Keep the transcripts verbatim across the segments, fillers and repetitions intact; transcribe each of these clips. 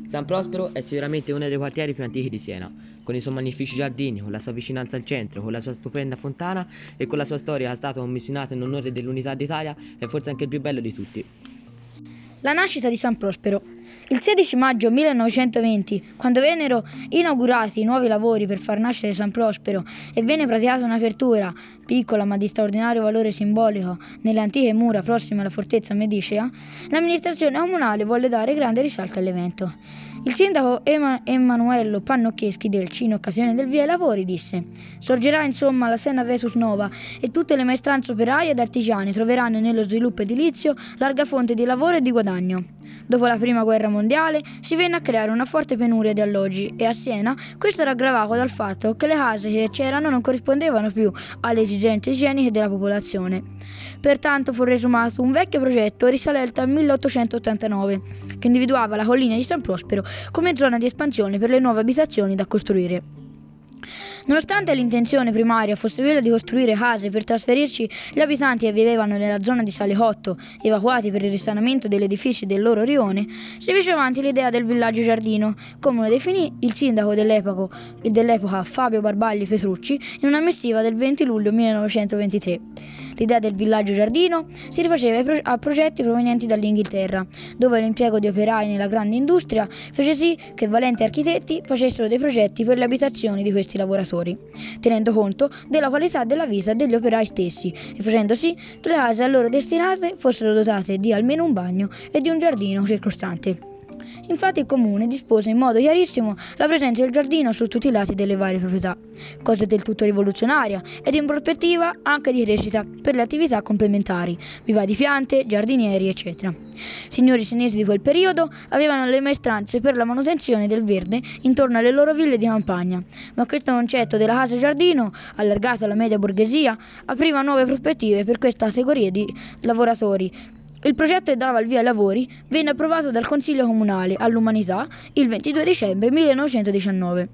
San Prospero è sicuramente uno dei quartieri più antichi di Siena, con i suoi magnifici giardini, con la sua vicinanza al centro, con la sua stupenda fontana e con la sua storia statua commissionata in onore dell'Unità d'Italia, è forse anche il più bello di tutti. La nascita di San Prospero. Il sedici maggio millenovecentoventi, quando vennero inaugurati i nuovi lavori per far nascere San Prospero e venne praticata un'apertura, piccola ma di straordinario valore simbolico, nelle antiche mura prossime alla fortezza medicea, l'amministrazione comunale volle dare grande risalto all'evento. Il sindaco Ema- Emanuello Pannocchieschi Delci, in occasione del via ai lavori, disse: «Sorgerà insomma la Siena Vesus Nova e tutte le maestranze operaie ed artigiane troveranno nello sviluppo edilizio larga fonte di lavoro e di guadagno». Dopo la prima guerra mondiale si venne a creare una forte penuria di alloggi e a Siena questo era aggravato dal fatto che le case che c'erano non corrispondevano più alle esigenze igieniche della popolazione. Pertanto fu resumato un vecchio progetto risalente al milleottocentottantanove che individuava la collina di San Prospero come zona di espansione per le nuove abitazioni da costruire. Nonostante l'intenzione primaria fosse quella di costruire case per trasferirci gli abitanti che vivevano nella zona di Salecotto, evacuati per il risanamento degli edifici del loro rione, si fece avanti l'idea del villaggio giardino, come lo definì il sindaco dell'epoca, dell'epoca Fabio Barbagli Petrucci in una missiva del venti luglio millenovecentoventitré. L'idea del villaggio giardino si rifaceva a progetti provenienti dall'Inghilterra, dove l'impiego di operai nella grande industria fece sì che valenti architetti facessero dei progetti per le abitazioni di questi lavoratori, tenendo conto della qualità della vita degli operai stessi e facendo sì che le case a loro destinate fossero dotate di almeno un bagno e di un giardino circostante. Infatti il comune dispose in modo chiarissimo la presenza del giardino su tutti i lati delle varie proprietà, cosa del tutto rivoluzionaria ed in prospettiva anche di crescita per le attività complementari, vivai di piante, giardinieri, eccetera. Signori senesi di quel periodo avevano le maestranze per la manutenzione del verde intorno alle loro ville di campagna, ma questo concetto della casa giardino, allargato alla media borghesia, apriva nuove prospettive per questa categoria di lavoratori. Il progetto che dava il via ai lavori venne approvato dal Consiglio Comunale all'Umanità il ventidue dicembre millenovecentodiciannove.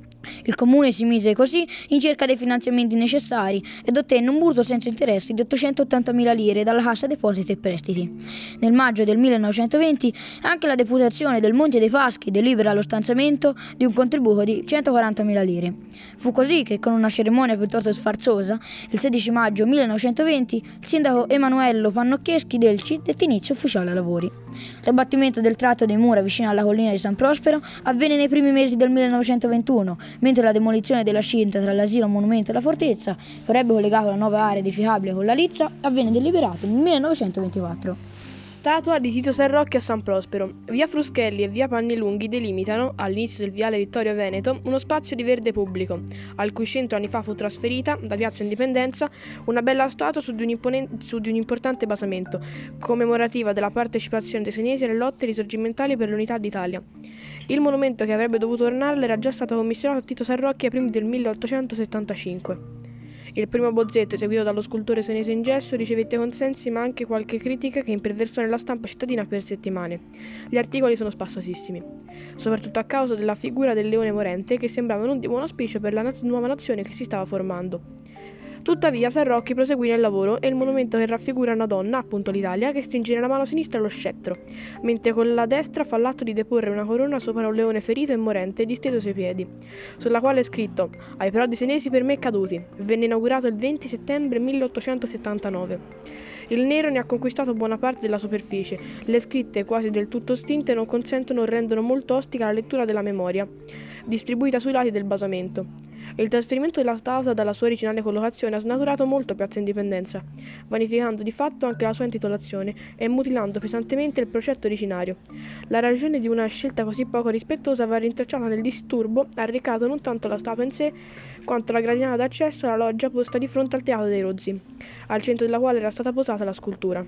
Il comune si mise così in cerca dei finanziamenti necessari ed ottenne un mutuo senza interessi di ottocentottantamila lire dalla Cassa Depositi e Prestiti. Nel maggio del millenovecentoventi anche la Deputazione del Monte dei Paschi delibera lo stanziamento di un contributo di centoquarantamila lire. Fu così che con una cerimonia piuttosto sfarzosa, il sedici maggio millenovecentoventi, il sindaco Emanuello Pannocchieschi Delci dette inizio ufficiale ai lavori. L'abbattimento del tratto di mura vicino alla collina di San Prospero avvenne nei primi mesi del millenovecentoventuno, mentre la demolizione della cinta tra l'asilo monumento e la fortezza, che avrebbe collegato la nuova area edificabile con la Lizza, avvenne deliberato nel millenovecentoventiquattro. Statua di Tito San Rocchi a San Prospero. Via Fruschelli e via Pannilunghi delimitano, all'inizio del viale Vittorio Veneto, uno spazio di verde pubblico, al cui centro anni fa fu trasferita, da Piazza Indipendenza, una bella statua su di un, imponen- su di un importante basamento, commemorativa della partecipazione dei senesi alle lotte risorgimentali per l'unità d'Italia. Il monumento che avrebbe dovuto ornarla era già stato commissionato a Tito San Rocchi ai primi del milleottocentosettantacinque. Il primo bozzetto, eseguito dallo scultore senese in gesso, ricevette consensi ma anche qualche critica che imperversò nella stampa cittadina per settimane. Gli articoli sono spassatissimi, soprattutto a causa della figura del leone morente che sembrava non di buon auspicio per la naz- nuova nazione che si stava formando. Tuttavia San Rocchi proseguì nel lavoro e il monumento che raffigura una donna, appunto l'Italia, che stringe nella mano sinistra lo scettro, mentre con la destra fa l'atto di deporre una corona sopra un leone ferito e morente disteso sui piedi, sulla quale è scritto «Ai prodi senesi per me caduti». Venne inaugurato il venti settembre milleottocentosettantanove. Il nero ne ha conquistato buona parte della superficie, le scritte quasi del tutto stinte non consentono o rendono molto ostica la lettura della memoria, distribuita sui lati del basamento. Il trasferimento della statua dalla sua originale collocazione ha snaturato molto Piazza Indipendenza, vanificando di fatto anche la sua intitolazione e mutilando pesantemente il progetto originario. La ragione di una scelta così poco rispettosa va rintracciata nel disturbo arrecato non tanto alla statua in sé, quanto alla gradinata d'accesso alla loggia posta di fronte al Teatro dei Rozzi, al centro della quale era stata posata la scultura,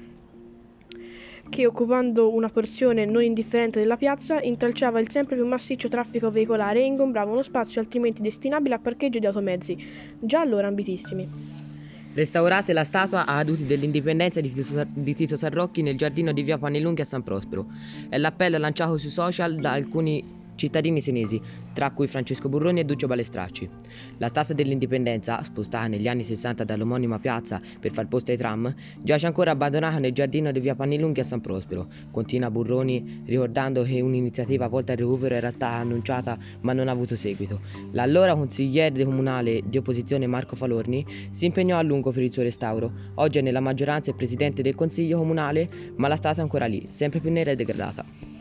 che, occupando una porzione non indifferente della piazza, intralciava il sempre più massiccio traffico veicolare e ingombrava uno spazio altrimenti destinabile a parcheggio di automezzi, già allora ambitissimi. Restaurate la statua a caduti dell'indipendenza di Tito, di Tito San Rocchi nel giardino di via Pannilunghi a San Prospero. È l'appello lanciato sui social da alcuni cittadini senesi, tra cui Francesco Burroni e Duccio Balestracci. La Statua dell'Indipendenza, spostata negli anni sessanta dall'omonima piazza per far posto ai tram, giace ancora abbandonata nel giardino di via Pannilunghi a San Prospero. Continua Burroni ricordando che un'iniziativa volta al recupero era stata annunciata ma non ha avuto seguito. L'allora consigliere comunale di opposizione Marco Falorni si impegnò a lungo per il suo restauro. Oggi è nella maggioranza il presidente del consiglio comunale, ma la statua è ancora lì, sempre più nera e degradata.